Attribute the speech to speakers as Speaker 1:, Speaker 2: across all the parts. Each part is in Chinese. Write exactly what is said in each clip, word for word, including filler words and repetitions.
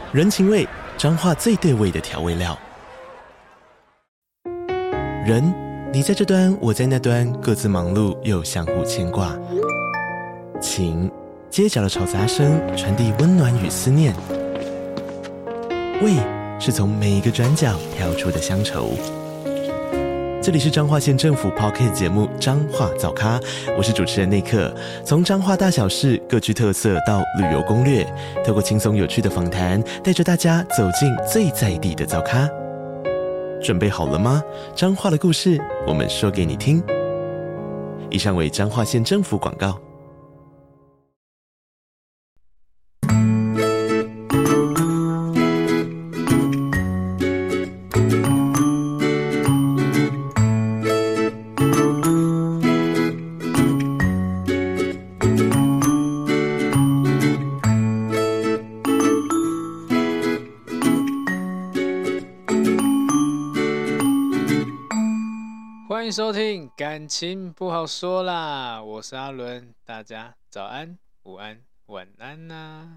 Speaker 1: 人情味，彰化最对味的调味料。人，你在这端，我在那端，各自忙碌又相互牵挂。情，街角的吵杂声传递温暖与思念。味，是从每一个转角跳出的乡愁。这里是彰化县政府 Podcast 节目《彰化早咖》，我是主持人内克。从彰化大小事各具特色到旅游攻略，透过轻松有趣的访谈，带着大家走进最在地的早咖。准备好了吗？彰化的故事，我们说给你听。以上为彰化县政府广告。
Speaker 2: 欢迎收听，感情不好说啦，我是阿伦，大家早安、午安、晚安呐、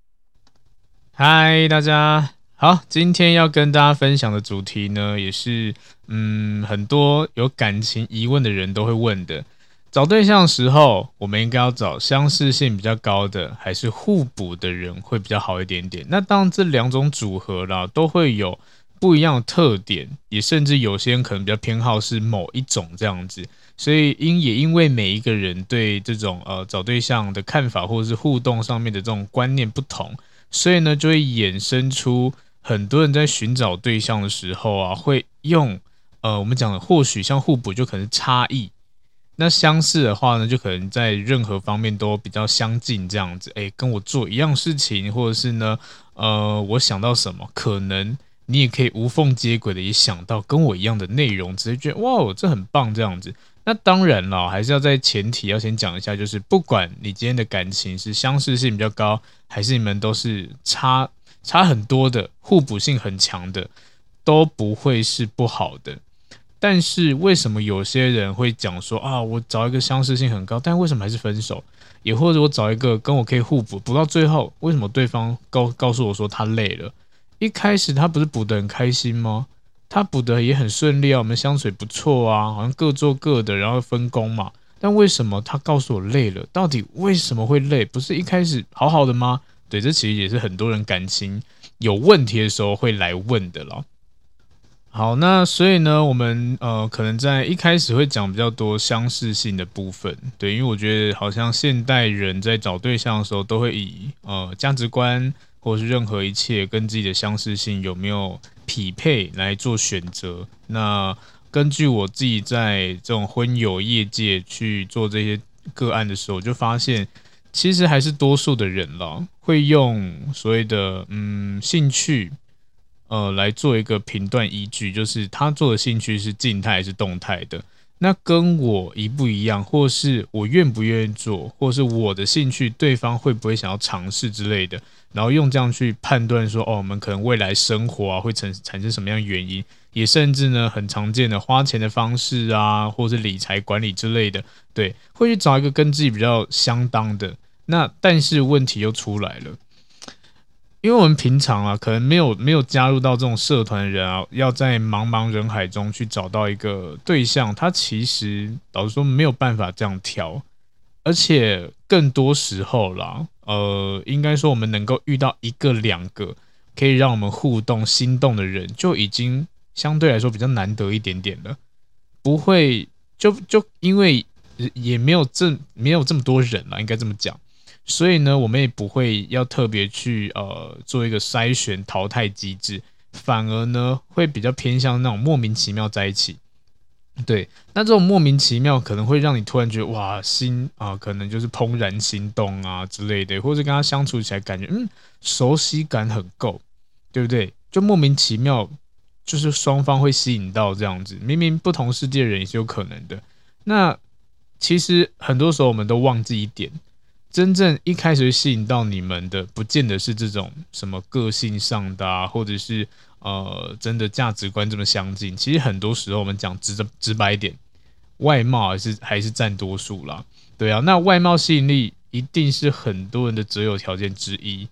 Speaker 2: 嗨，大家好，今天要跟大家分享的主题呢，也是嗯很多有感情疑问的人都会问的。找对象的时候，我们应该要找相似性比较高的，还是互补的人会比较好一点点？那当然，这两种组合啦，都会有不一样的特点，也甚至有些人可能比较偏好是某一种这样子，所以因也因为每一个人对这种呃找对象的看法或者是互动上面的这种观念不同，所以呢就会衍生出很多人在寻找对象的时候啊，会用呃我们讲的或许像互补就可能是差异，那相似的话呢，就可能在任何方面都比较相近这样子，哎，跟我做一样事情，或者是呢呃我想到什么可能。你也可以无缝接轨的也想到跟我一样的内容，直接觉得哇，这很棒这样子。那当然啦，还是要在前提要先讲一下，就是不管你今天的感情是相似性比较高，还是你们都是差差很多的，互补性很强的，都不会是不好的。但是为什么有些人会讲说啊，我找一个相似性很高，但为什么还是分手？也或者我找一个跟我可以互补，补到最后，为什么对方告告诉我说他累了？一开始他不是补得很开心吗？他补得也很顺利啊，我们相处也不错啊，好像各做各的，然后分工嘛。但为什么他告诉我累了？到底为什么会累？不是一开始好好的吗？对，这其实也是很多人感情有问题的时候会来问的啦。好，那所以呢，我们呃可能在一开始会讲比较多相似性的部分，对，因为我觉得好像现代人在找对象的时候，都会以呃价值观。或是任何一切跟自己的相似性有没有匹配来做选择。那根据我自己在这种婚友业界去做这些个案的时候，就发现其实还是多数的人啦，会用所谓的嗯兴趣呃来做一个评断依据，就是他做的兴趣是静态还是动态的。那跟我一不一样，或是我愿不愿意做，或是我的兴趣对方会不会想要尝试之类的，然后用这样去判断说，哦，我们可能未来生活啊会产产生什么样的原因，也甚至呢很常见的花钱的方式啊，或是理财管理之类的，对，会去找一个跟自己比较相当的。那但是问题又出来了。因为我们平常啊，可能没有没有加入到这种社团的人啊，要在茫茫人海中去找到一个对象，他其实老实说没有办法这样挑，而且更多时候啦，呃，应该说我们能够遇到一个两个可以让我们互动心动的人，就已经相对来说比较难得一点点了，不会就就因为也没有这没有这么多人啦，应该这么讲。所以呢，我们也不会要特别去呃做一个筛选淘汰机制，反而呢会比较偏向那种莫名其妙在一起。对，那这种莫名其妙可能会让你突然觉得哇心啊、呃，可能就是怦然心动啊之类的，或者跟他相处起来感觉嗯熟悉感很够，对不对？就莫名其妙，就是双方会吸引到这样子，明明不同世界的人也是有可能的。那其实很多时候我们都忘记一点。真正一开始吸引到你们的，不见得是这种什么个性上的啊，或者是呃真的价值观这么相近。其实很多时候我们讲直直白一点，外貌还是还是占多数啦。对啊，那外貌吸引力一定是很多人的择友条件之一。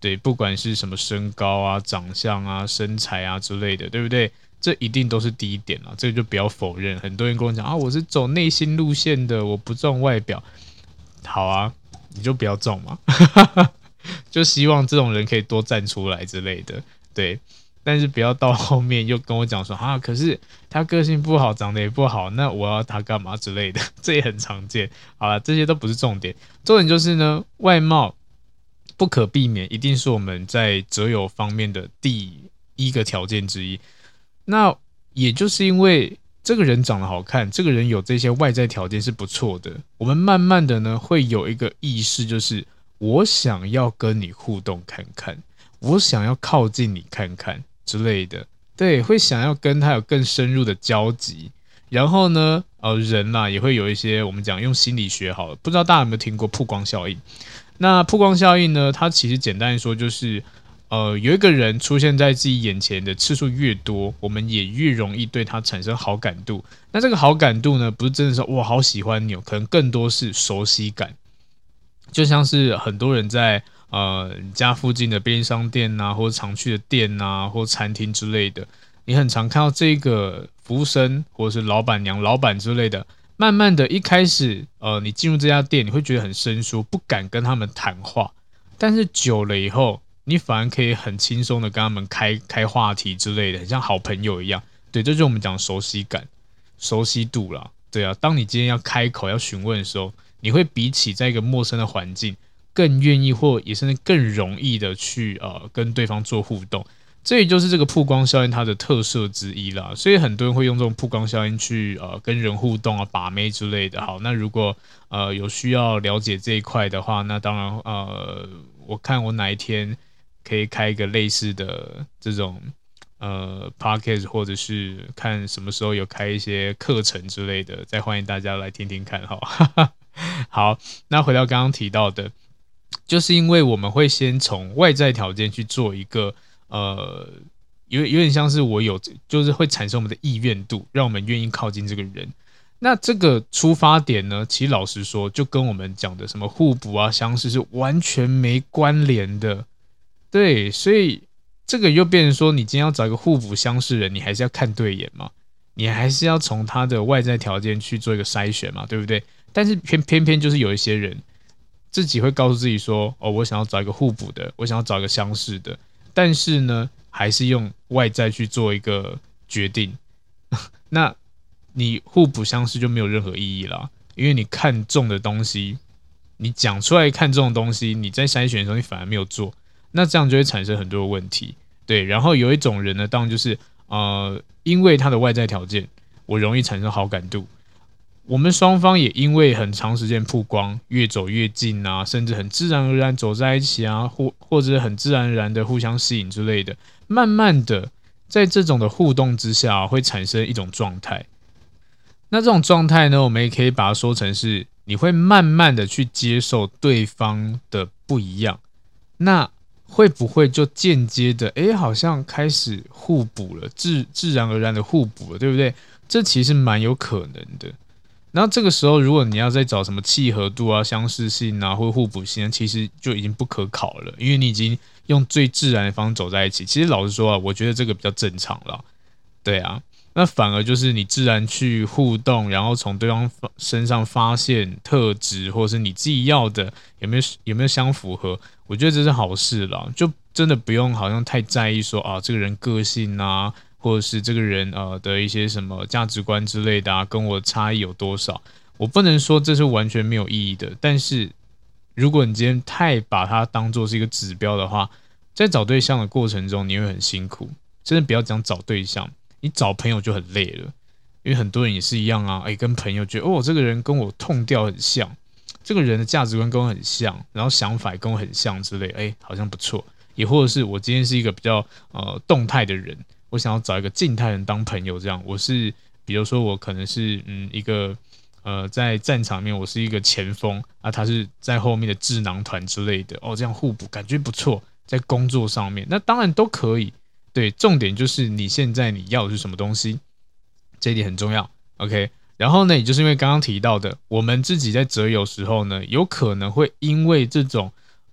Speaker 2: 对，不管是什么身高啊、长相啊、身材啊之类的，对不对？这一定都是第一点啦，这个就不要否认。很多人跟我讲啊，我是走内心路线的，我不重外表。好啊，你就不要重嘛，就希望这种人可以多站出来之类的，对。但是不要到后面又跟我讲说啊，可是他个性不好，长得也不好，那我要他干嘛之类的，这也很常见。好了，这些都不是重点，重点就是呢，外貌不可避免，一定是我们在择友方面的第一个条件之一。那也就是因为这个人长得好看，这个人有这些外在条件是不错的，我们慢慢的呢会有一个意识，就是我想要跟你互动看看，我想要靠近你看看之类的，对，会想要跟他有更深入的交集。然后呢，呃，人啦也会有一些我们讲用心理学好了，不知道大家有没有听过曝光效应？那曝光效应呢，它其实简单说就是，呃，有一个人出现在自己眼前的次数越多，我们也越容易对他产生好感度。那这个好感度呢，不是真的说哇好喜欢你哦，可能更多是熟悉感，就像是很多人在。呃，你家附近的便利商店啊，或者常去的店啊，或餐厅之类的，你很常看到这个服务生或者是老板娘、老板之类的，慢慢的一开始，呃，你进入这家店，你会觉得很生疏，不敢跟他们谈话，但是久了以后，你反而可以很轻松的跟他们开开话题之类的，很像好朋友一样。对，这就是我们讲熟悉感、熟悉度啦。对啊，当你今天要开口要询问的时候，你会比起在一个陌生的环境。更愿意或也甚至更容易的去呃跟对方做互动，这也就是这个曝光效应它的特色之一啦。所以很多人会用这种曝光效应去呃跟人互动啊、把妹之类的。好，那如果呃有需要了解这一块的话，那当然呃我看我哪一天可以开一个类似的这种呃 podcast， 或者是看什么时候有开一些课程之类的，再欢迎大家来听听看哈。好，那回到刚刚提到的。就是因为我们会先从外在条件去做一个呃，有有点像是我有，就是会产生我们的意愿度，让我们愿意靠近这个人。那这个出发点呢，其实老实说，就跟我们讲的什么互补啊、相似是完全没关联的。对，所以这个又变成说，你今天要找一个互补相似的人，你还是要看对眼嘛，你还是要从他的外在条件去做一个筛选嘛，对不对？但是偏偏偏就是有一些人。自己会告诉自己说：“哦，我想要找一个互补的，我想要找一个相似的。”但是呢，还是用外在去做一个决定。那你互补相似就没有任何意义啦，因为你看中的东西，你讲出来看中的东西，你在筛选的时候你反而没有做，那这样就会产生很多的问题。对，然后有一种人呢，当然就是呃，因为他的外在条件，我容易产生好感度。我们双方也因为很长时间曝光，越走越近啊，甚至很自然而然走在一起啊，或或者很自然而然的互相吸引之类的，慢慢的在这种的互动之下、啊，会产生一种状态。那这种状态呢，我们也可以把它说成是，你会慢慢的去接受对方的不一样，那会不会就间接的，哎，好像开始互补了，自自然而然的互补了，对不对？这其实蛮有可能的。然后这个时候，如果你要再找什么契合度啊、相似性啊，或互补性，其实就已经不可考了，因为你已经用最自然的方式走在一起。其实老实说啊，我觉得这个比较正常啦。对啊，那反而就是你自然去互动，然后从对方身上发现特质，或者是你自己要的有没有有没有相符合，我觉得这是好事啦。就真的不用好像太在意说啊，这个人个性啊。或者是这个人呃的一些什么价值观之类的啊，跟我差异有多少？我不能说这是完全没有意义的，但是如果你今天太把它当作是一个指标的话，在找对象的过程中你会很辛苦。真的不要讲找对象，你找朋友就很累了，因为很多人也是一样啊，哎，跟朋友觉得哦，这个人跟我痛调很像，这个人的价值观跟我很像，然后想法也跟我很像之类，哎，好像不错。也或者是我今天是一个比较呃动态的人。我想要找一个静态人当朋友，这样我是，比如说我可能是嗯一个呃在战场面我是一个前锋啊，他是在后面的智囊团之类的哦，这样互补感觉不错，在工作上面那当然都可以，对，重点就是你现在你要的是什么东西，这一点很重要 ，OK。然后呢，也就是因为刚刚提到的，我们自己在择友时候呢，有可能会因为这种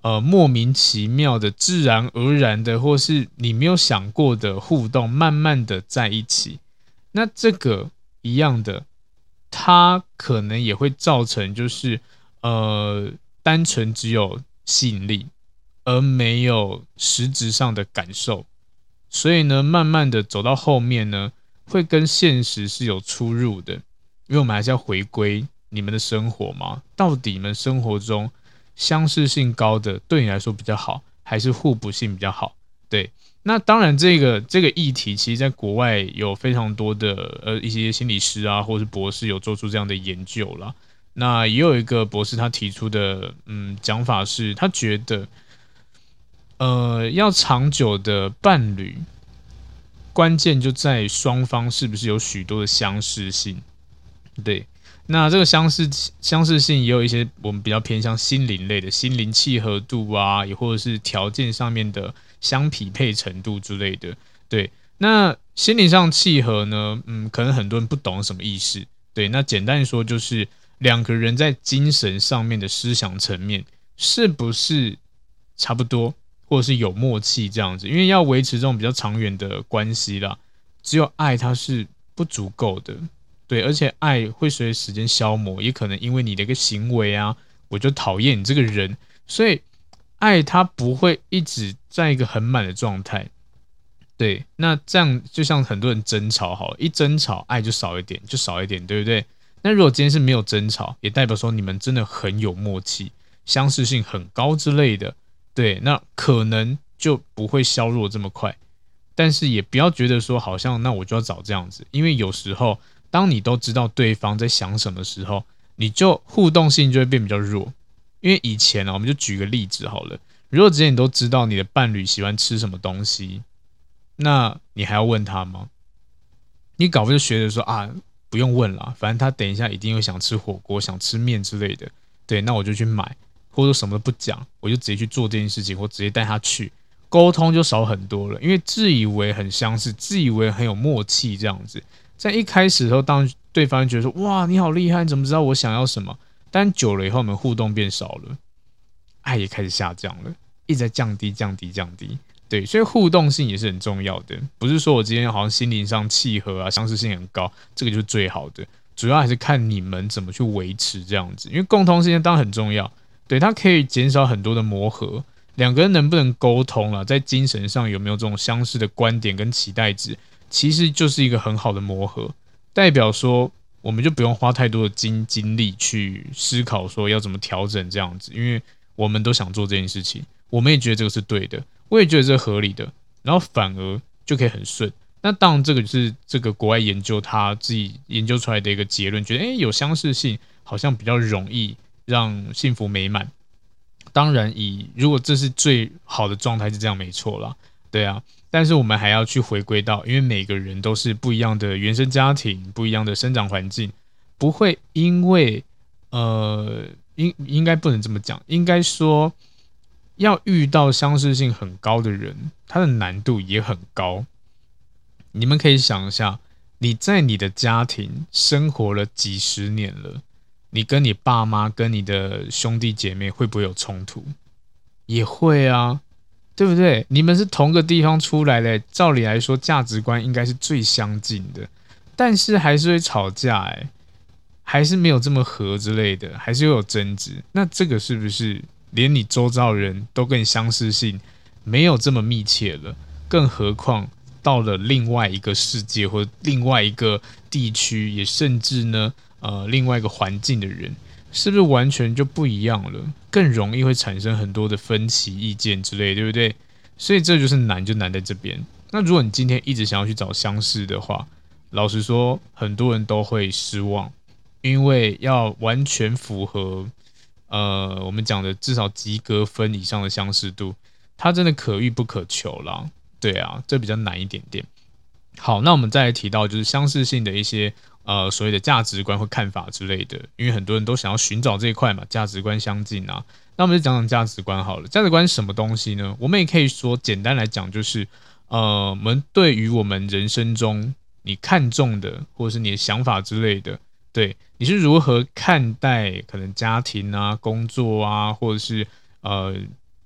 Speaker 2: 呃莫名其妙的、自然而然的，或是你没有想过的互动，慢慢的在一起。那这个一样的，它可能也会造成就是呃单纯只有吸引力，而没有实质上的感受。所以呢，慢慢的走到后面呢，会跟现实是有出入的，因为我们还是要回归你们的生活嘛。到底你们生活中相似性高的对你来说比较好，还是互补性比较好？对，那当然这个这个议题，其实在国外有非常多的呃一些心理师啊，或是博士有做出这样的研究啦。那也有一个博士他提出的嗯讲法是，他觉得。呃，要长久的伴侣，关键就在双方是不是有许多的相似性。对，那这个相似相似性也有一些我们比较偏向心灵类的，心灵契合度啊，也或者是条件上面的相匹配程度之类的。对，那心灵上契合呢，嗯，可能很多人不懂什么意思。对，那简单说就是两个人在精神上面的思想层面是不是差不多？或者是有默契这样子，因为要维持这种比较长远的关系啦，只有爱它是不足够的，对，而且爱会随着时间消磨，也可能因为你的一个行为啊，我就讨厌你这个人，所以爱它不会一直在一个很满的状态，对，那这样就像很多人争吵好了，一争吵爱就少一点，就少一点，对不对？那如果今天是没有争吵，也代表说你们真的很有默契，相似性很高之类的。对，那可能就不会削弱这么快，但是也不要觉得说好像那我就要找这样子，因为有时候当你都知道对方在想什么的时候，你就互动性就会变比较弱。因为以前啊，我们就举个例子好了，如果之前你都知道你的伴侣喜欢吃什么东西，那你还要问他吗？你搞不就学着说啊，不用问啦，反正他等一下一定会想吃火锅、想吃面之类的，对，那我就去买。或者什么都不讲，我就直接去做这件事情，或直接带他去，沟通就少很多了。因为自以为很相似，自以为很有默契，这样子，在一开始的时候，当对方觉得说哇你好厉害，你怎么知道我想要什么？但久了以后，我们互动变少了，爱也开始下降了，一直在降低、降低、降低。对，所以互动性也是很重要的，不是说我今天好像心灵上契合啊，相似性很高，这个就是最好的。主要还是看你们怎么去维持这样子，因为共通性当然很重要。对，它可以减少很多的磨合，两个人能不能沟通啊，在精神上有没有这种相似的观点跟期待值，其实就是一个很好的磨合，代表说我们就不用花太多的精精力去思考说要怎么调整这样子，因为我们都想做这件事情，我们也觉得这个是对的，我也觉得这是合理的，然后反而就可以很顺。那当然，这个就是这个国外研究他自己研究出来的一个结论，觉得哎有相似性，好像比较容易让幸福美满。当然以如果这是最好的状态是这样没错啦，对啊，但是我们还要去回归到，因为每个人都是不一样的原生家庭，不一样的生长环境，不会因为呃应应该不能这么讲，应该说要遇到相似性很高的人，他的难度也很高。你们可以想一下，你在你的家庭生活了几十年了，你跟你爸妈跟你的兄弟姐妹会不会有冲突？也会啊，对不对？你们是同个地方出来的，照理来说价值观应该是最相近的，但是还是会吵架，哎，还是没有这么合之类的，还是会有争执。那这个是不是连你周遭人都跟你相似性没有这么密切了？更何况到了另外一个世界或者另外一个地区，也甚至呢，呃，另外一个环境的人，是不是完全就不一样了？更容易会产生很多的分歧意见之类，对不对？所以这就是难，就难在这边。那如果你今天一直想要去找相似的话，老实说，很多人都会失望，因为要完全符合呃我们讲的至少及格分以上的相似度，它真的可遇不可求啦。对啊，这比较难一点点。好，那我们再来提到就是相似性的一些呃所谓的价值观或看法之类的，因为很多人都想要寻找这一块嘛，价值观相近啊。那我们就讲讲价值观好了。价值观是什么东西呢？我们也可以说，简单来讲就是，呃，我们对于我们人生中你看重的，或者是你的想法之类的，对，你是如何看待可能家庭啊、工作啊，或者是呃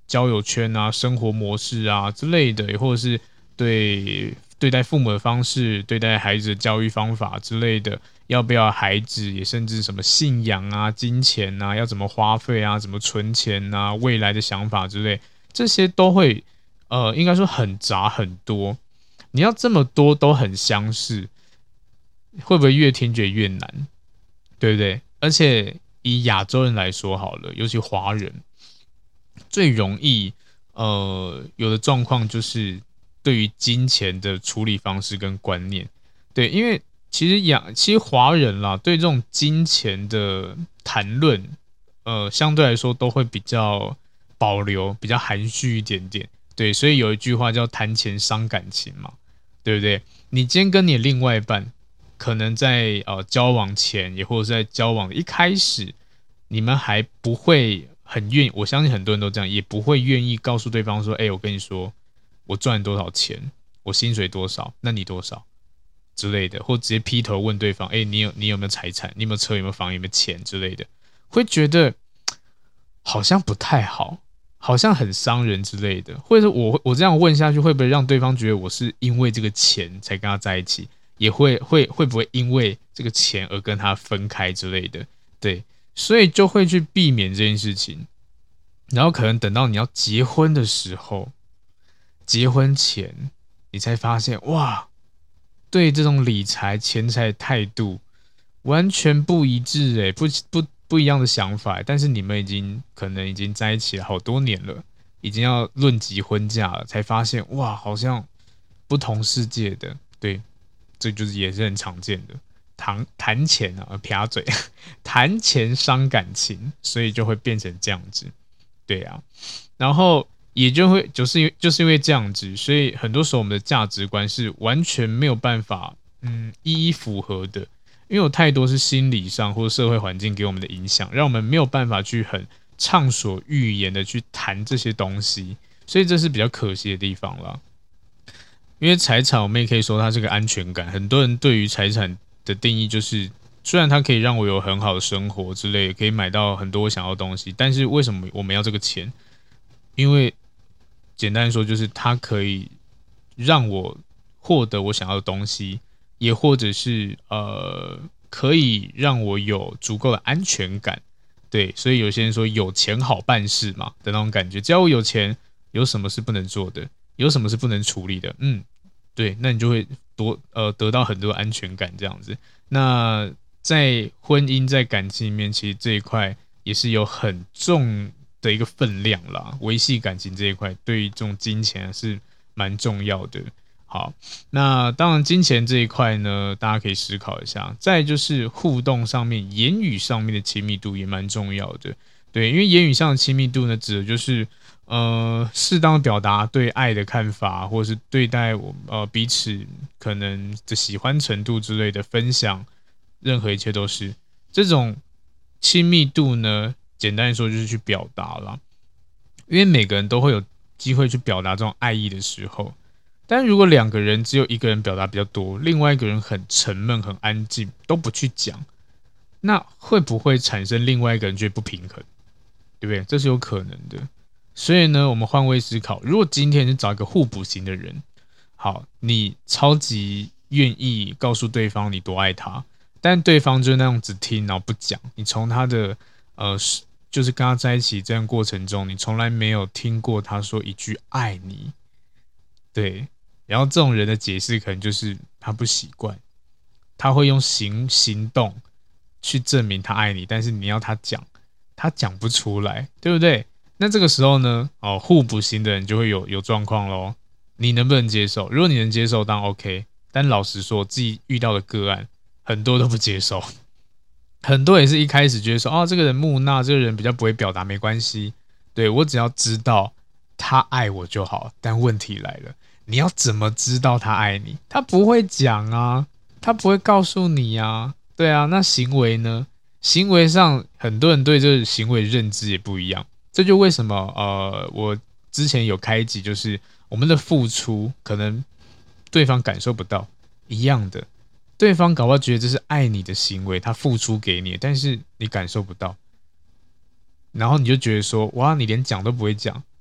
Speaker 2: 交友圈啊、生活模式啊之类的，也或者是对对待父母的方式、对待孩子的教育方法之类的，要不要孩子，也甚至什么信仰啊、金钱啊，要怎么花费啊、怎么存钱啊、未来的想法之类，这些都会呃，应该说很杂很多。你要这么多都很相似，会不会越听觉得越难？对不对？而且以亚洲人来说好了，尤其华人，最容易呃有的状况就是对于金钱的处理方式跟观念，对，因为其实亚其实华人啦，对这种金钱的谈论，呃，相对来说都会比较保留，比较含蓄一点点，对，所以有一句话叫谈钱伤感情嘛，对不对？你今天跟你的另外一半，可能在呃交往前，也或者是在交往的一开始，你们还不会很愿意，我相信很多人都这样，也不会愿意告诉对方说，哎、欸，我跟你说，我赚多少钱，我薪水多少，那你多少之类的，或直接劈头问对方，哎、欸，你有你有没有财产，你有没有车，有没有房，有没有钱之类的，会觉得好像不太好。好像很伤人之类的，或者是我我这样问下去，会不会让对方觉得我是因为这个钱才跟他在一起？也会会会不会因为这个钱而跟他分开之类的？对，所以就会去避免这件事情。然后可能等到你要结婚的时候，结婚前你才发现，哇，对这种理财钱财的态度完全不一致，哎，不不。不一样的想法，但是你们已经可能已经在一起了好多年了，已经要论及婚嫁了，才发现哇，好像不同世界的，对，这就是也是很常见的。谈谈钱啊，撇嘴，谈钱伤感情，所以就会变成这样子，对啊，然后也就会就是因为就是因为这样子，所以很多时候我们的价值观是完全没有办法嗯一一符合的。因为有太多是心理上或者社会环境给我们的影响，让我们没有办法去很畅所欲言的去谈这些东西，所以这是比较可惜的地方啦。因为财产，我们也可以说它是个安全感。很多人对于财产的定义就是，虽然它可以让我有很好的生活之类，可以买到很多我想要的东西，但是为什么我们要这个钱？因为简单说，就是它可以让我获得我想要的东西。也或者是呃，可以让我有足够的安全感，对，所以有些人说有钱好办事嘛的那种感觉，只要我有钱，有什么是不能做的，有什么是不能处理的，嗯，对，那你就会多呃得到很多安全感这样子。那在婚姻在感情里面，其实这一块也是有很重的一个分量啦，维系感情这一块，对于这种金钱是蛮重要的。好，那当然金钱这一块呢，大家可以思考一下。再就是互动上面，言语上面的亲密度也蛮重要的。对，因为言语上的亲密度呢，指的就是呃适当表达对爱的看法，或者是对待我呃彼此可能的喜欢程度之类的分享，任何一切都是这种亲密度呢。简单来说就是去表达啦，因为每个人都会有机会去表达这种爱意的时候。但如果两个人只有一个人表达比较多，另外一个人很沉闷、很安静，都不去讲，那会不会产生另外一个人觉得不平衡？对不对？这是有可能的。所以呢，我们换位思考，如果今天是找一个互补型的人，好，你超级愿意告诉对方你多爱他，但对方就是那样子听，然后不讲。你从他的呃，就是跟他在一起这样过程中，你从来没有听过他说一句爱你，对。然后这种人的解释可能就是他不习惯，他会用行行动去证明他爱你，但是你要他讲，他讲不出来，对不对？那这个时候呢，哦，互补型的人就会有有状况咯。你能不能接受？如果你能接受，当然 OK。但老实说，我自己遇到的个案很多都不接受，很多也是一开始觉得说，哦，这个人木讷，这个人比较不会表达，没关系，对，我只要知道他爱我就好。但问题来了。你要怎么知道他爱你？他不会讲啊，他不会告诉你啊，对啊。那行为呢？行为上很多人对这个行为认知也不一样，这就为什么呃，我之前有开一集，就是我们的付出可能对方感受不到一样的，对方搞不好觉得这是爱你的行为，他付出给你，但是你感受不到，然后你就觉得说，哇，你连讲都不会讲。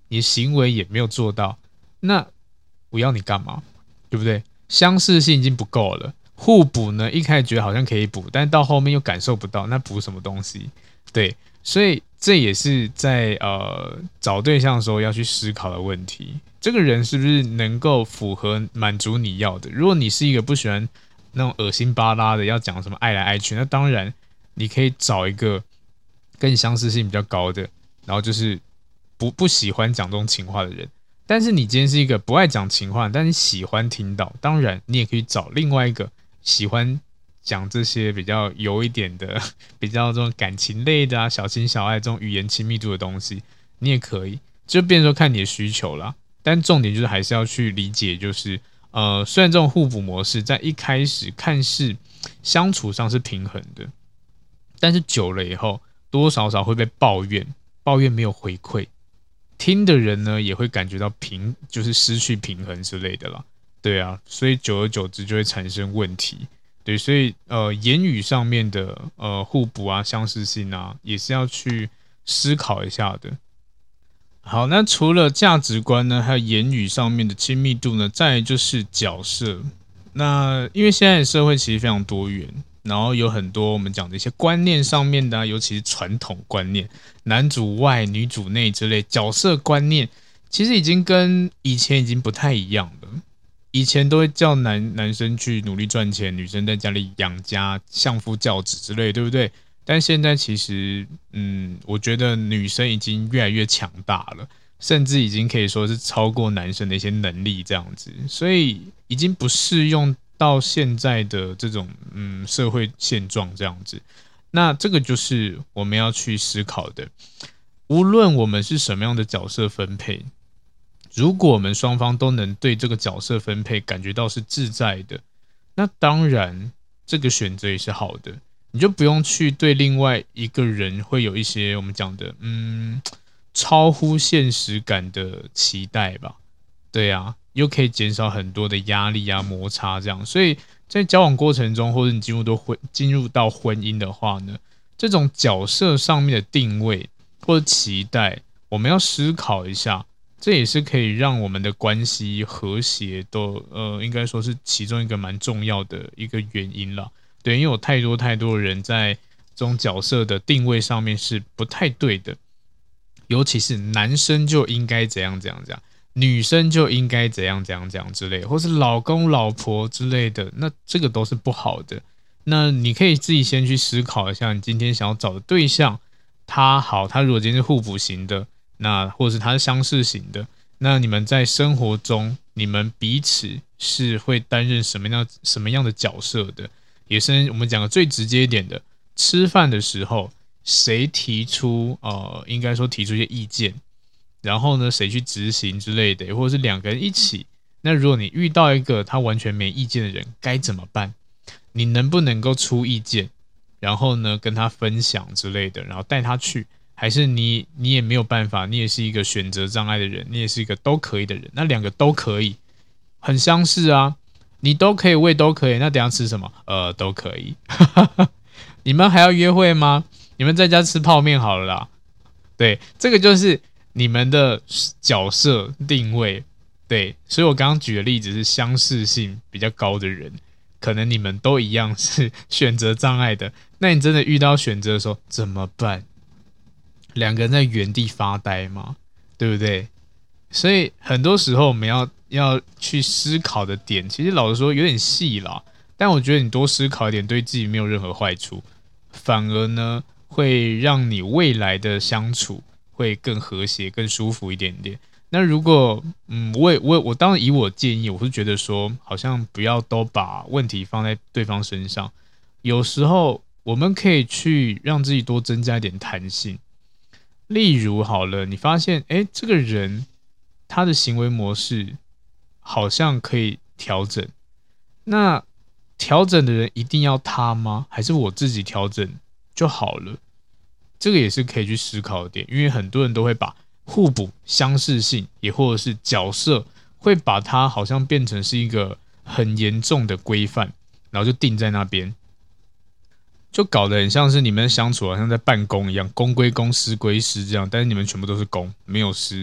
Speaker 2: 你的行为也没有做到，那我要你干嘛？对不对？相似性已经不够了，互补呢，一开始觉得好像可以补，但到后面又感受不到，那补什么东西？对，所以这也是在呃找对象的时候要去思考的问题。这个人是不是能够符合满足你要的？如果你是一个不喜欢那种恶心巴拉的，要讲什么爱来爱去，那当然你可以找一个跟你相似性比较高的，然后就是不不喜欢讲这种情话的人。但是你今天是一个不爱讲情话，但你喜欢听到，当然你也可以找另外一个喜欢讲这些比较有一点的、比较这种感情类的啊、小情小爱这种语言亲密度的东西，你也可以，就变成说看你的需求啦。但重点就是还是要去理解，就是呃，虽然这种互补模式在一开始看似相处上是平衡的，但是久了以后，多多少少会被抱怨，抱怨没有回馈。听的人呢也会感觉到平，就是失去平衡之类的啦，对啊，所以久而久之就会产生问题，对，所以呃言语上面的呃互补啊、相似性啊，也是要去思考一下的。好，那除了价值观呢，还有言语上面的亲密度呢，再来就是角色。那因为现在的社会其实非常多元，然后有很多我们讲的一些观念上面的、啊，尤其是传统观念，男主外女主内之类角色观念，其实已经跟以前已经不太一样了。以前都会叫男男生去努力赚钱，女生在家里养家、相夫教子之类，对不对？但现在其实，嗯，我觉得女生已经越来越强大了，甚至已经可以说是超过男生的一些能力这样子，所以已经不适用到现在的这种嗯社会现状这样子。那这个就是我们要去思考的。无论我们是什么样的角色分配，如果我们双方都能对这个角色分配感觉到是自在的，那当然这个选择也是好的。你就不用去对另外一个人会有一些我们讲的嗯超乎现实感的期待吧，对啊，又可以减少很多的压力啊摩擦这样，所以在交往过程中或者你进入到婚进入到婚姻的话呢，这种角色上面的定位或者期待，我们要思考一下，这也是可以让我们的关系和谐都呃应该说是其中一个蛮重要的一个原因啦。对，因为有太多太多人在这种角色的定位上面是不太对的，尤其是男生就应该怎样怎样怎样，女生就应该怎样怎样怎样之类的，或是老公老婆之类的，那这个都是不好的。那你可以自己先去思考一下，你今天想要找的对象，他好，他如果今天是互补型的，那或者是他是相似型的，那你们在生活中，你们彼此是会担任什么样什么样的角色的？也是我们讲的最直接一点的，吃饭的时候谁提出呃，应该说提出一些意见，然后呢谁去执行之类的，或者是两个人一起。那如果你遇到一个他完全没意见的人，该怎么办？你能不能够出意见，然后呢跟他分享之类的，然后带他去？还是你你也没有办法，你也是一个选择障碍的人，你也是一个都可以的人，那两个都可以，很相似啊。你都可以，我也都可以，那等一下吃什么？呃，都可以。你们还要约会吗？你们在家吃泡面好了啦。对，这个就是你们的角色定位。对，所以我刚刚举的例子是相似性比较高的人，可能你们都一样是选择障碍的。那你真的遇到选择的时候怎么办？两个人在原地发呆吗？对不对？所以很多时候我们要要去思考的点，其实老实说有点细啦，但我觉得你多思考一点，对自己没有任何坏处，反而呢会让你未来的相处会更和谐、更舒服一点点。那如果嗯，我也我我当然以我建议，我是觉得说，好像不要都把问题放在对方身上，有时候我们可以去让自己多增加一点弹性。例如好了，你发现哎，这个人他的行为模式好像可以调整，那调整的人一定要他吗？还是我自己调整就好了？这个也是可以去思考的点，因为很多人都会把互补、相似性，也或者是角色，会把它好像变成是一个很严重的规范，然后就定在那边，就搞得很像是你们相处好像在办公一样，公归公，私归私这样，但是你们全部都是公，没有私。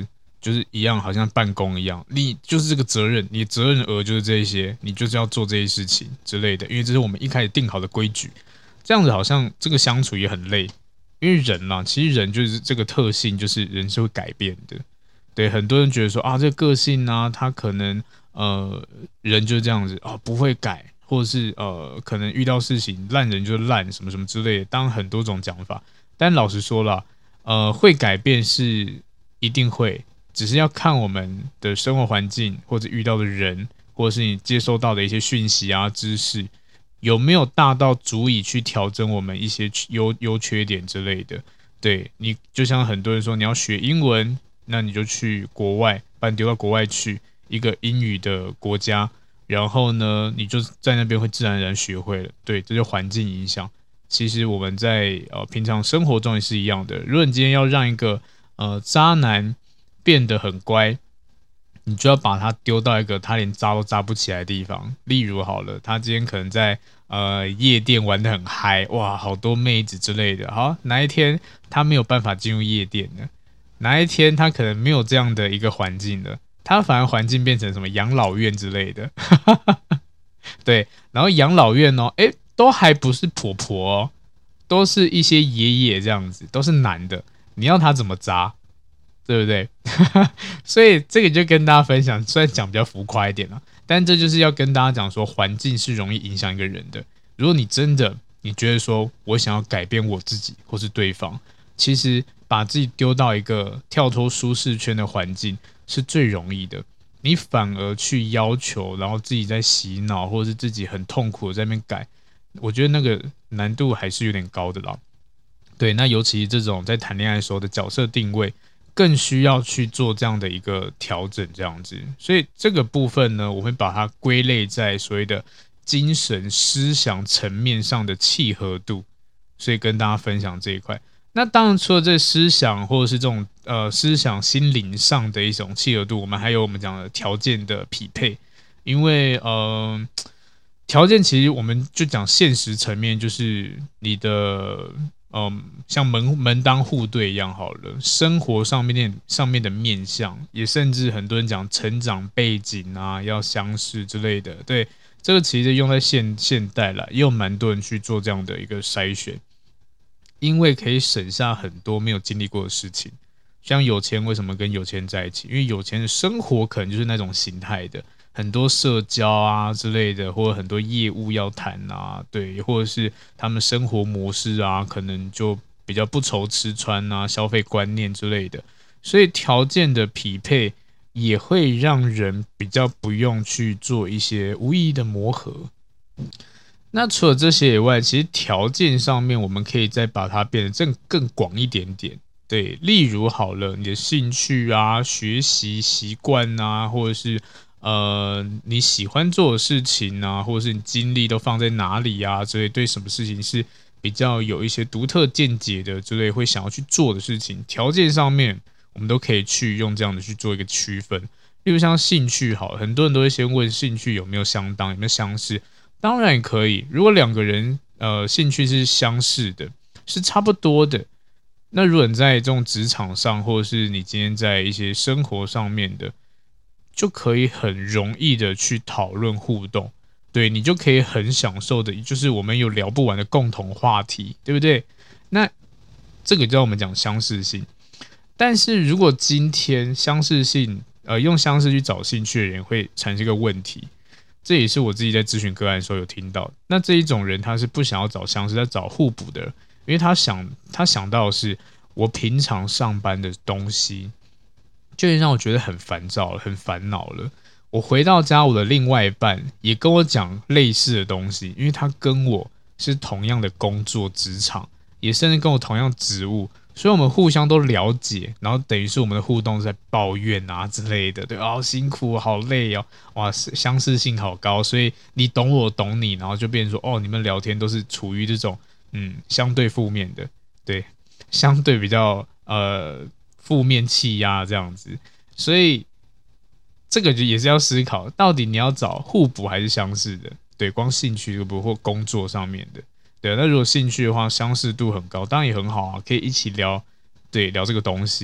Speaker 2: 就是一样，好像办公一样，你就是这个责任，你的责任额就是这一些，你就是要做这些事情之类的，因为这是我们一开始定好的规矩。这样子好像这个相处也很累，因为人啦，其实人就是这个特性，就是人是会改变的。对，很多人觉得说啊，这个个性啊，他可能呃人就是这样子啊，不会改。或者是呃，可能遇到事情烂人就烂，什么什么之类的，当然很多种讲法。但老实说啦，呃，会改变是一定会，只是要看我们的生活环境或者遇到的人，或者是你接收到的一些讯息啊、知识，有没有大到足以去调整我们一些优优缺点之类的。对，你就像很多人说，你要学英文，那你就去国外，把你丢到国外去一个英语的国家。然后呢，你就在那边会自然而然学会了。对，这就环境影响。其实我们在呃平常生活中也是一样的。如果你今天要让一个呃渣男变得很乖，你就要把他丢到一个他连渣都渣不起来的地方。例如好了，他今天可能在呃夜店玩得很嗨，哇，好多妹子之类的。好，哪一天他没有办法进入夜店了？哪一天他可能没有这样的一个环境了？他反而环境变成什么养老院之类的，对，然后养老院哦，哎，都还不是婆婆哦，都是一些爷爷这样子，都是男的，你要他怎么渣，对不对？所以这个就跟大家分享，虽然讲比较浮夸一点啦，但这就是要跟大家讲说，环境是容易影响一个人的。如果你真的你觉得说我想要改变我自己或是对方，其实把自己丢到一个跳脱舒适圈的环境是最容易的，你反而去要求，然后自己在洗脑，或者是自己很痛苦的在那边改，我觉得那个难度还是有点高的啦。对，那尤其这种在谈恋爱的时候的角色定位，更需要去做这样的一个调整，这样子。所以这个部分呢，我会把它归类在所谓的精神思想层面上的契合度，所以跟大家分享这一块。那当然，除了这思想或者是这种呃思想心灵上的一种契合度，我们还有我们讲的条件的匹配。因为呃，条件其实我们就讲现实层面，就是你的嗯、呃，像门门当户对一样好了，生活上面上面的面向，也甚至很多人讲成长背景啊，要相似之类的。对，这个其实用在现现代啦，也有蛮多人去做这样的一个筛选。因为可以省下很多没有经历过的事情，像有钱为什么跟有钱人在一起？因为有钱的生活可能就是那种形态的，很多社交啊之类的，或者很多业务要谈啊，对，或者是他们生活模式啊，可能就比较不愁吃穿啊，消费观念之类的，所以条件的匹配也会让人比较不用去做一些无意义的磨合。那除了这些以外，其实条件上面我们可以再把它变得更更广一点点。对，例如好了，你的兴趣啊、学习习惯啊，或者是呃你喜欢做的事情啊，或者是你精力都放在哪里啊之类，对什么事情是比较有一些独特见解的之类，会想要去做的事情，条件上面我们都可以去用这样的去做一个区分。例如像兴趣好了，很多人都会先问兴趣有没有相当，有没有相似。当然也可以，如果两个人呃兴趣是相似的，是差不多的，那如果你在这种职场上，或者是你今天在一些生活上面的，就可以很容易的去讨论互动，对，你就可以很享受的，就是我们有聊不完的共同话题，对不对？那这个叫我们讲相似性。但是如果今天相似性，呃，用相似去找兴趣的人会产生一个问题。这也是我自己在咨询个案的时候有听到，那这一种人他是不想要找相似，在找互补的，因为他想他想到的是我平常上班的东西，就让我觉得很烦躁了，很烦恼了。我回到家，我的另外一半也跟我讲类似的东西，因为他跟我是同样的工作职场，也甚至跟我同样职务。所以我们互相都了解，然后等于是我们的互动是在抱怨啊之类的，对，好辛苦，好累哦，哇，相似性好高，所以你懂我懂你，然后就变成说，哦，你们聊天都是处于这种嗯相对负面的，对，相对比较呃负面气压这样子，所以这个就也是要思考，到底你要找互补还是相似的，对，光兴趣不或工作上面的。对，那如果兴趣的话，相似度很高，当然也很好啊，可以一起聊，对，聊这个东西。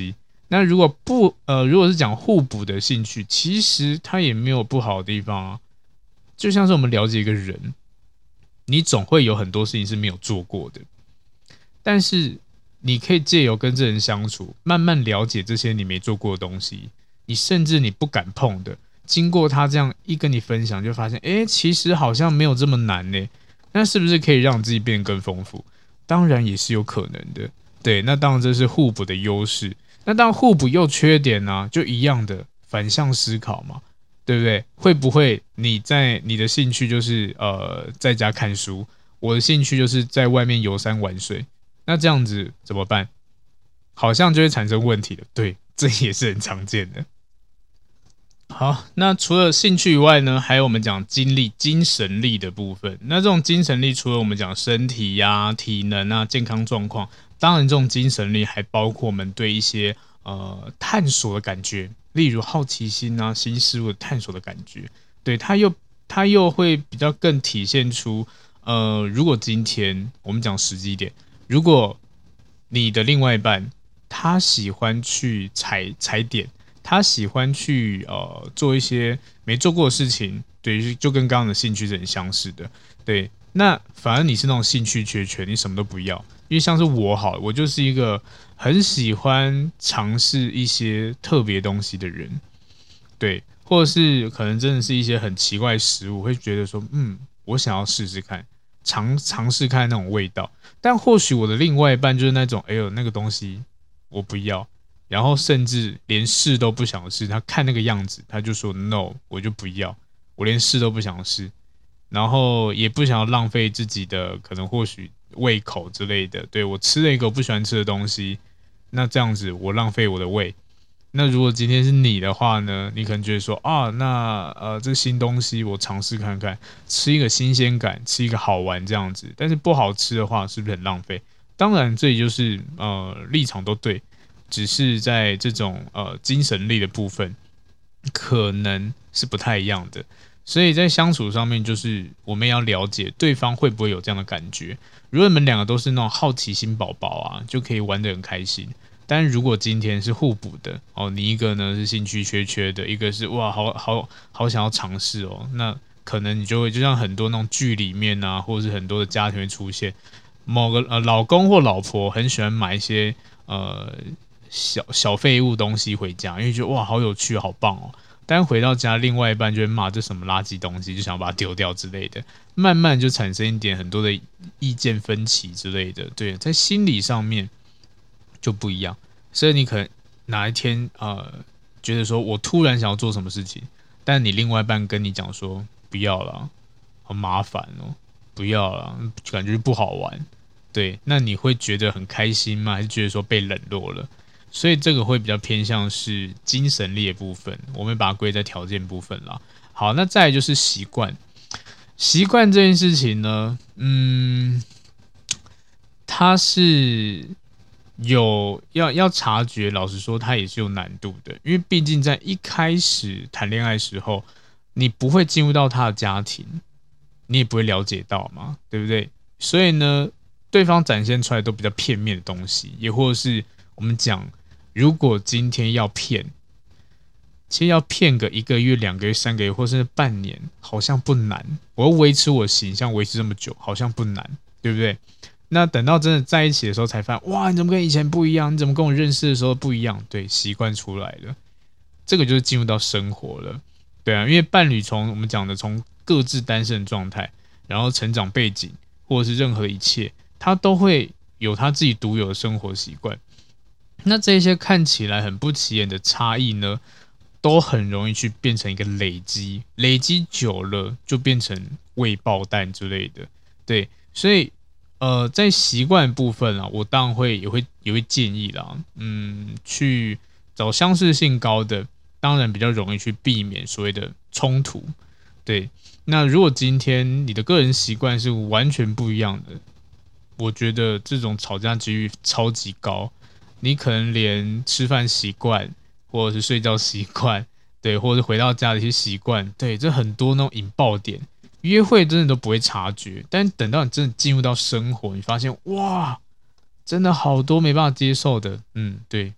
Speaker 2: 那如果不呃，如果是讲互补的兴趣，其实它也没有不好的地方啊。就像是我们了解一个人，你总会有很多事情是没有做过的，但是你可以借由跟这人相处，慢慢了解这些你没做过的东西，你甚至你不敢碰的，经过他这样一跟你分享，就发现，哎，其实好像没有这么难呢。那是不是可以让自己变得更丰富？当然也是有可能的。对，那当然这是互补的优势。那当然互补又缺点呢、啊，就一样的反向思考嘛，对不对？会不会你在你的兴趣就是呃在家看书，我的兴趣就是在外面游山玩水，那这样子怎么办？好像就会产生问题了。对，这也是很常见的。好，那除了兴趣以外呢，还有我们讲精力、精神力的部分。那这种精神力，除了我们讲身体呀、啊、体能啊、健康状况，当然这种精神力还包括我们对一些呃探索的感觉，例如好奇心啊、新事物的探索的感觉。对，它又它又会比较更体现出，呃，如果今天我们讲实际一点，如果你的另外一半他喜欢去踩踩点。他喜欢去呃做一些没做过的事情，对，就跟刚刚的兴趣是很相似的，对。那反而你是那种兴趣缺缺，你什么都不要，因为像是我好，我就是一个很喜欢尝试一些特别东西的人，对，或者是可能真的是一些很奇怪的食物，会觉得说，嗯，我想要试试看，尝尝试看那种味道。但或许我的另外一半就是那种，哎呦，那个东西我不要。然后甚至连试都不想试，他看那个样子，他就说 no， 我就不要，我连试都不想试，然后也不想要浪费自己的可能或许胃口之类的，对，我吃了一个我不喜欢吃的东西，那这样子我浪费我的胃。那如果今天是你的话呢，你可能觉得说啊，那呃这新东西我尝试看看，吃一个新鲜感，吃一个好玩这样子，但是不好吃的话是不是很浪费？当然这里就是呃立场都对。只是在这种呃精神力的部分，可能是不太一样的，所以在相处上面，就是我们要了解对方会不会有这样的感觉。如果你们两个都是那种好奇心宝宝啊，就可以玩得很开心。但如果今天是互补的哦，你一个呢是兴趣缺缺的，一个是哇好好好想要尝试哦，那可能你就会就像很多那种剧里面啊，或者是很多的家庭会出现某个呃老公或老婆很喜欢买一些呃。小小废物东西回家，因为觉得哇好有趣好棒哦，但回到家另外一半就会骂这什么垃圾东西，就想要把它丢掉之类的，慢慢就产生一点很多的意见分歧之类的，对，在心理上面就不一样，所以你可能哪一天呃觉得说我突然想要做什么事情，但你另外一半跟你讲说不要啦，好麻烦哦，不要啦，感觉不好玩，对，那你会觉得很开心吗？还是觉得说被冷落了？所以这个会比较偏向是精神力的部分，我们把它归在条件部分啦。好，那再来就是习惯。习惯这件事情呢，嗯，它是有要要察觉，老实说，它也是有难度的，因为毕竟在一开始谈恋爱的时候，你不会进入到他的家庭，你也不会了解到嘛，对不对？所以呢，对方展现出来都比较片面的东西，也或者是我们讲。如果今天要骗，其实要骗个一个月、两个月、三个月，或甚至半年，好像不难。我要维持我形象，维持这么久，好像不难，对不对？那等到真的在一起的时候，才发现，哇，你怎么跟以前不一样？你怎么跟我认识的时候不一样？对，习惯出来了，这个就是进入到生活了，对啊，因为伴侣从我们讲的从各自单身的状态，然后成长背景，或者是任何一切，他都会有他自己独有的生活习惯。那这些看起来很不起眼的差异呢，都很容易去变成一个累积，累积久了就变成未爆弹之类的。对，所以呃，在习惯部分啊，我当然会也会也会建议啦，嗯，去找相似性高的，当然比较容易去避免所谓的冲突。对，那如果今天你的个人习惯是完全不一样的，我觉得这种吵架几率超级高。你可能连吃饭习惯，或者是睡觉习惯，对，或者是回到家的一些习惯，对，这很多那种引爆点，约会真的都不会察觉，但等到你真的进入到生活，你发现哇，真的好多没办法接受的，嗯，对，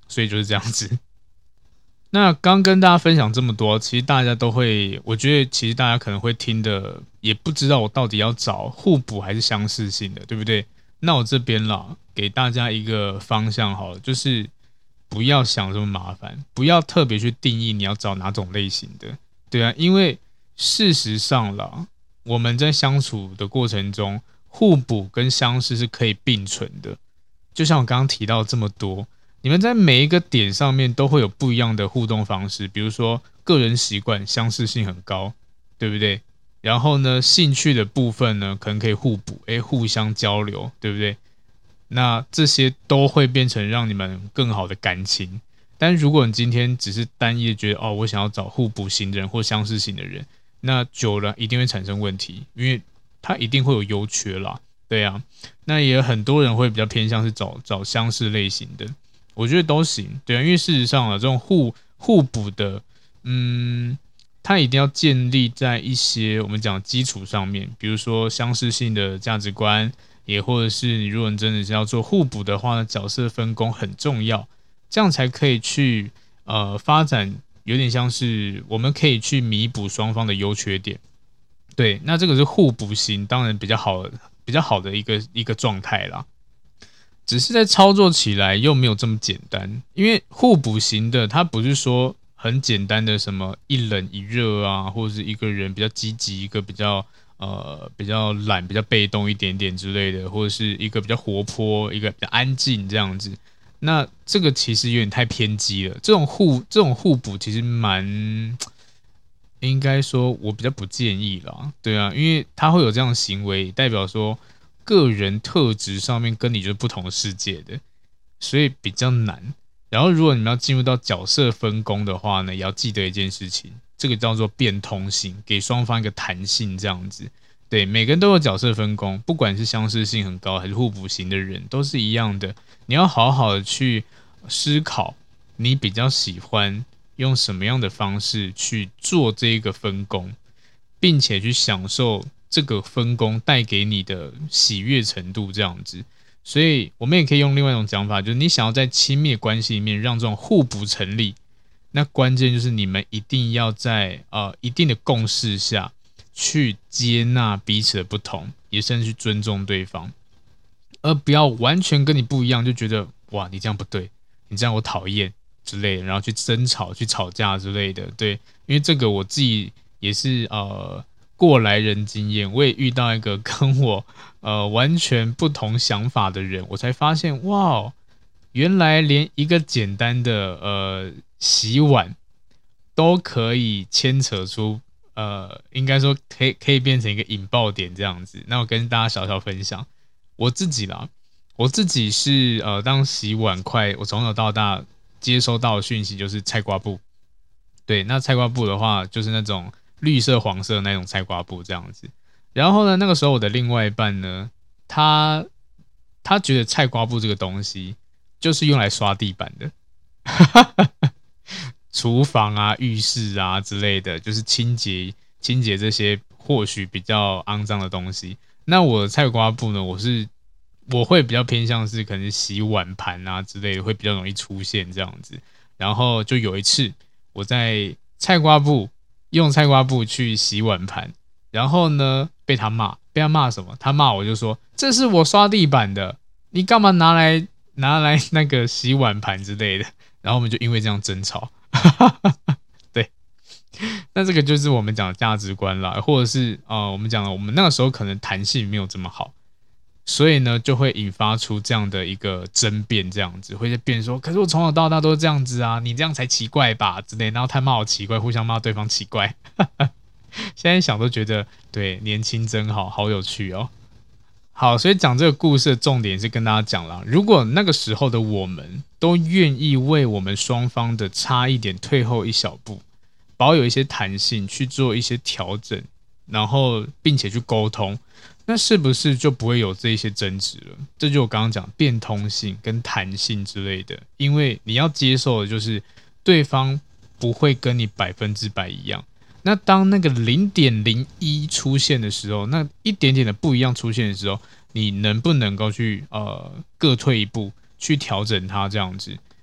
Speaker 2: 所以就是这样子。那刚跟大家分享这么多，其实大家都会，我觉得其实大家可能会听的，也不知道我到底要找互补还是相似性的，对不对？那我这边啦，给大家一个方向好了，就是不要想这么麻烦，不要特别去定义你要找哪种类型的，对啊，因为事实上啦，我们在相处的过程中，互补跟相似是可以并存的。就像我刚刚提到这么多。你们在每一个点上面都会有不一样的互动方式，比如说个人习惯相似性很高，对不对？然后呢，兴趣的部分呢，可能可以互补，诶，互相交流，对不对？那这些都会变成让你们更好的感情。但如果你今天只是单一的觉得，哦，我想要找互补型的人或相似型的人，那久了一定会产生问题，因为它一定会有优缺啦，对啊。那也有很多人会比较偏向是找找相似类型的。我觉得都行，对啊，因为事实上啊，这种互互补的，嗯，它一定要建立在一些我们讲基础上面，比如说相似性的价值观，也或者是你如果你真的是要做互补的话，角色分工很重要，这样才可以去呃发展，有点像是我们可以去弥补双方的优缺点，对，那这个是互补型，当然比较好比较好的一个一个状态啦。只是在操作起来又没有这么简单，因为互补型的它不是说很简单的什么一冷一热啊，或者是一个人比较积极，一个比较呃比较懒、比较被动一点点之类的，或者是一个比较活泼，一个比较安静这样子。那这个其实有点太偏激了，这种互这种互补其实蛮应该说我比较不建议啦，对啊，因为他会有这样的行为，代表说。个人特质上面跟你就是不同世界的，所以比较难。然后如果你们要进入到角色分工的话呢，也要记得一件事情，这个叫做变通性，给双方一个弹性这样子。对，每个人都有角色分工，不管是相似性很高还是互补型的人，都是一样的。你要好好的去思考，你比较喜欢用什么样的方式去做这个分工，并且去享受。这个分工带给你的喜悦程度这样子，所以我们也可以用另外一种讲法，就是你想要在亲密关系里面让这种互补成立，那关键就是你们一定要在呃一定的共识下去接纳彼此的不同，也甚至去尊重对方，而不要完全跟你不一样就觉得哇你这样不对，你这样我讨厌之类的，然后去争吵、去吵架之类的。对，因为这个我自己也是呃。过来人经验，我也遇到一个跟我呃完全不同想法的人，我才发现哇，原来连一个简单的呃洗碗都可以牵扯出呃，应该说可以可以变成一个引爆点这样子。那我跟大家小小分享我自己啦，我自己是呃当洗碗筷，我从小到大接收到的讯息就是菜瓜布，对，那菜瓜布的话就是那种。绿色、黄色那种菜瓜布这样子，然后呢，那个时候我的另外一半呢，他他觉得菜瓜布这个东西就是用来刷地板的，厨房啊、浴室啊之类的，就是清洁清洁这些或许比较肮脏的东西。那我的菜瓜布呢，我是我会比较偏向是可能洗碗盘啊之类的，会比较容易出现这样子。然后就有一次我在菜瓜布。用菜瓜布去洗碗盘，然后呢被他骂，被他骂什么？他骂我就说这是我刷地板的，你干嘛拿来拿来那个洗碗盘之类的？然后我们就因为这样争吵，对，那这个就是我们讲的价值观啦，或者是呃我们讲的我们那个时候可能弹性没有这么好。所以呢，就会引发出这样的一个争辩，这样子会变说，可是我从小到大都是这样子啊，你这样才奇怪吧之类，然后他骂我奇怪，互相骂对方奇怪。现在想都觉得，对，年轻真好，好有趣哦。好，所以讲这个故事的重点是跟大家讲啦，如果那个时候的我们都愿意为我们双方的差一点退后一小步，保有一些弹性去做一些调整，然后并且去沟通。那是不是就不会有这些争执了？这就我刚刚讲变通性跟弹性之类的，因为你要接受的就是对方不会跟你百分之百一样。那当那个零点零一出现的时候，那一点点的不一样出现的时候，你能不能够去呃各退一步去调整它这样子？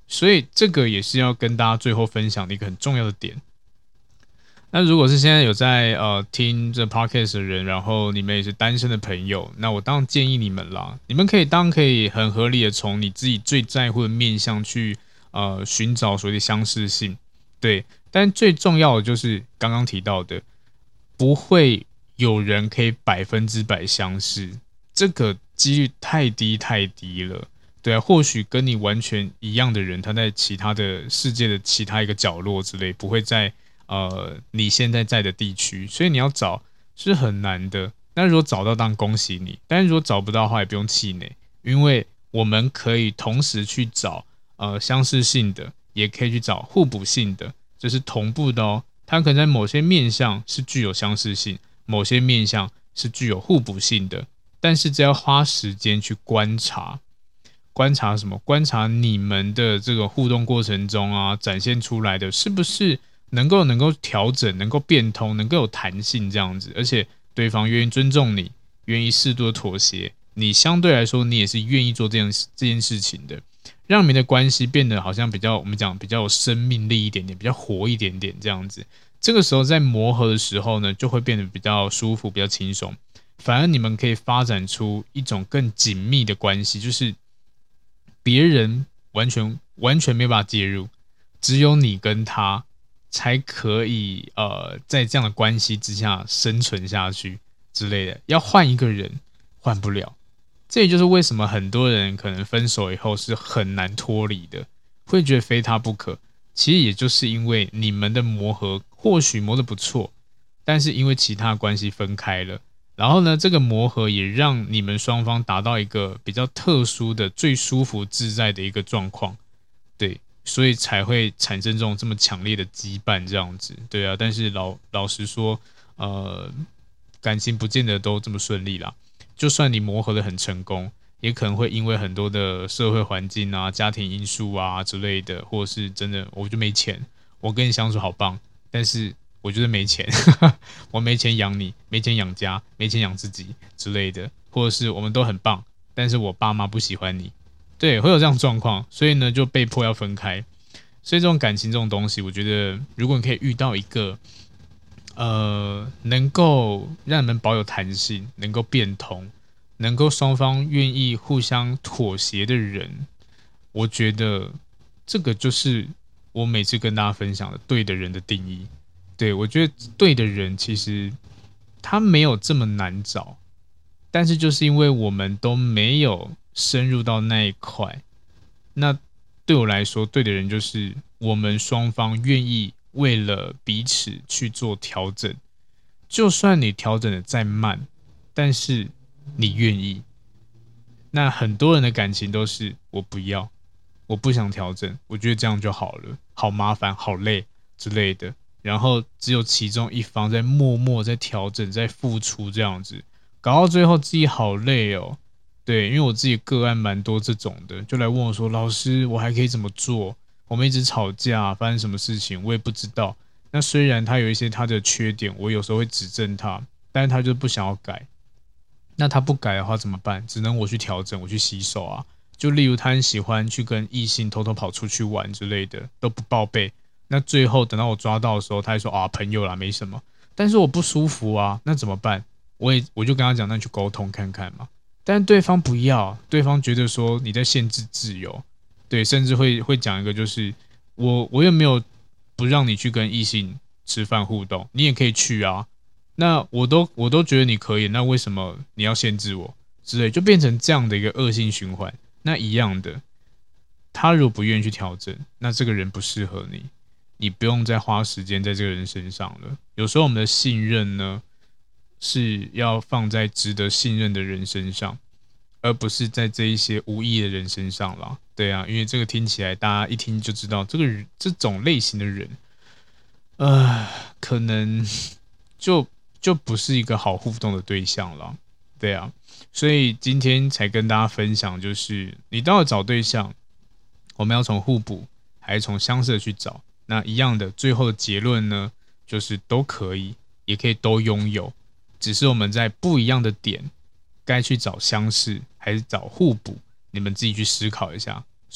Speaker 2: 所以这个也是要跟大家最后分享的一个很重要的点。那如果是现在有在呃听这 podcast 的人，然后你们也是单身的朋友，那我当然建议你们啦，你们可以当然可以很合理的从你自己最在乎的面向去呃寻找所谓的相似性，对。但最重要的就是刚刚提到的，不会有人可以百分之百相似，这个几率太低太低了。对啊，或许跟你完全一样的人，他在其他的世界的其他一个角落之类，不会在呃你现在在的地区，所以你要找是很难的。那如果找到，当然恭喜你；但是如果找不到的话，也不用气馁，因为我们可以同时去找呃相似性的，也可以去找互补性的，这是同步的哦。它可能在某些面向是具有相似性，某些面向是具有互补性的，但是只要花时间去观察。观察什么？观察你们的这个互动过程中啊，展现出来的是不是能够能够调整，能够变通，能够有弹性这样子，而且对方愿意尊重你，愿意适度的妥协，你相对来说你也是愿意做这件这件事情的，让你们的关系变得好像比较我们讲比较有生命力一点点，比较活一点点这样子。这个时候在磨合的时候呢，就会变得比较舒服，比较轻松。反而你们可以发展出一种更紧密的关系，就是别人完全完全没办法介入，只有你跟他才可以呃在这样的关系之下生存下去之类的。要换一个人换不了，这也就是为什么很多人可能分手以后是很难脱离的，会觉得非他不可。其实也就是因为你们的磨合或许磨得不错，但是因为其他关系分开了。然后呢，这个磨合也让你们双方达到一个比较特殊的、最舒服自在的一个状况，对，所以才会产生这种这么强烈的羁绊这样子，对啊。但是老老实说，呃，感情不见得都这么顺利啦。就算你磨合得很成功，也可能会因为很多的社会环境啊、家庭因素啊之类的，或者是真的我就没钱，我跟你相处好棒，但是我就是没钱，我没钱养你，没钱养家，没钱养自己之类的，或者是我们都很棒，但是我爸妈不喜欢你，对，会有这样的状况，所以呢就被迫要分开。所以这种感情这种东西，我觉得如果你可以遇到一个呃能够让你们保有弹性，能够变通，能够双方愿意互相妥协的人，我觉得这个就是我每次跟大家分享的对的人的定义。对，我觉得对的人其实他没有这么难找，但是就是因为我们都没有深入到那一块，那对我来说，对的人就是我们双方愿意为了彼此去做调整，就算你调整的再慢，但是你愿意。那很多人的感情都是我不要，我不想调整，我觉得这样就好了，好麻烦，好累之类的。然后只有其中一方在默默在调整，在付出这样子，搞到最后自己好累哦。对，因为我自己个案蛮多这种的，就来问我说：“老师，我还可以怎么做？我们一直吵架，发生什么事情我也不知道。”那虽然他有一些他的缺点，我有时候会指正他，但是他就不想要改。那他不改的话怎么办？只能我去调整，我去洗手啊。就例如他很喜欢去跟异性偷偷跑出去玩之类的，都不报备。那最后等到我抓到的时候，他还说啊朋友啦没什么，但是我不舒服啊，那怎么办？我也我就跟他讲，那你去沟通看看嘛。但是对方不要，对方觉得说你在限制自由，对，甚至会会讲一个就是我我又没有不让你去跟异性吃饭互动，你也可以去啊。那我都我都觉得你可以，那为什么你要限制我之类，就变成这样的一个恶性循环。那一样的，他如果不愿意去调整，那这个人不适合你。你不用再花时间在这个人身上了。有时候我们的信任呢，是要放在值得信任的人身上，而不是在这一些无意义的人身上啦。对啊，因为这个听起来大家一听就知道，这个人这种类型的人，呃，可能就就不是一个好互动的对象了。对啊，所以今天才跟大家分享，就是你到底找对象，我们要从互补还是从相似去找？那一样的，最后的结论呢，就是都可以，也可以都拥有，只是我们在不一样的点，该去找相似还是找互补，你们自己去思考一下。所以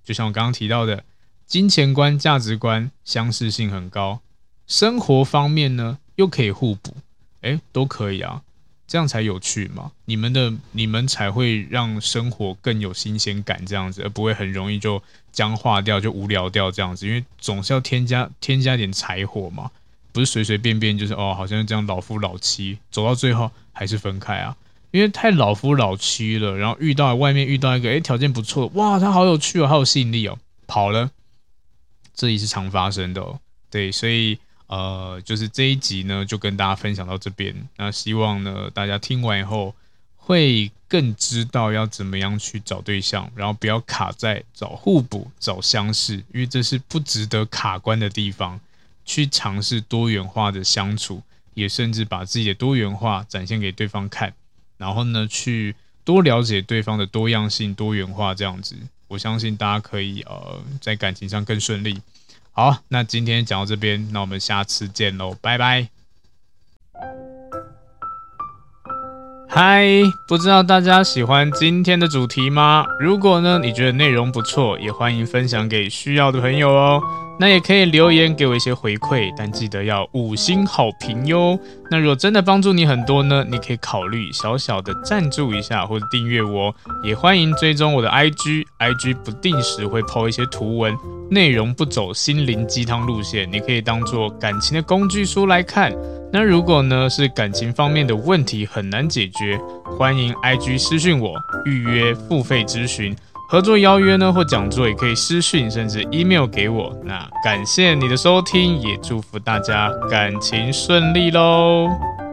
Speaker 2: 就像我刚刚提到的，金钱观、价值观相似性很高，生活方面呢又可以互补，哎，都可以啊，这样才有趣嘛。你们的你们才会让生活更有新鲜感，这样子，而不会很容易就僵化掉、就无聊掉这样子。因为总是要添加添加点柴火嘛，不是随随便便就是哦，好像这样老夫老妻，走到最后还是分开啊。因为太老夫老妻了，然后遇到外面遇到一个哎条件不错，哇，他好有趣哦，好有吸引力哦，跑了，这也是常发生的哦。对，所以呃，就是这一集呢，就跟大家分享到这边。那希望呢，大家听完以后会更知道要怎么样去找对象，然后不要卡在找互补、找相似，因为这是不值得卡关的地方。去尝试多元化的相处，也甚至把自己的多元化展现给对方看。然后呢，去多了解对方的多样性、多元化，这样子，我相信大家可以呃在感情上更顺利。好，那今天讲到这边，那我们下次见喽，拜拜。嗨，不知道大家喜欢今天的主题吗？如果呢你觉得内容不错，也欢迎分享给需要的朋友哦。那也可以留言给我一些回馈，但记得要五星好评哟。那如果真的帮助你很多呢，你可以考虑小小的赞助一下或者订阅我，也欢迎追踪我的 I G，I G 不定时会 po 一些图文，内容不走心灵鸡汤路线，你可以当做感情的工具书来看。那如果呢是感情方面的问题很难解决，欢迎 I G 私讯我预约付费咨询。合作邀约呢或讲座也可以私讯甚至 email 给我。那感谢你的收听，也祝福大家感情顺利咯。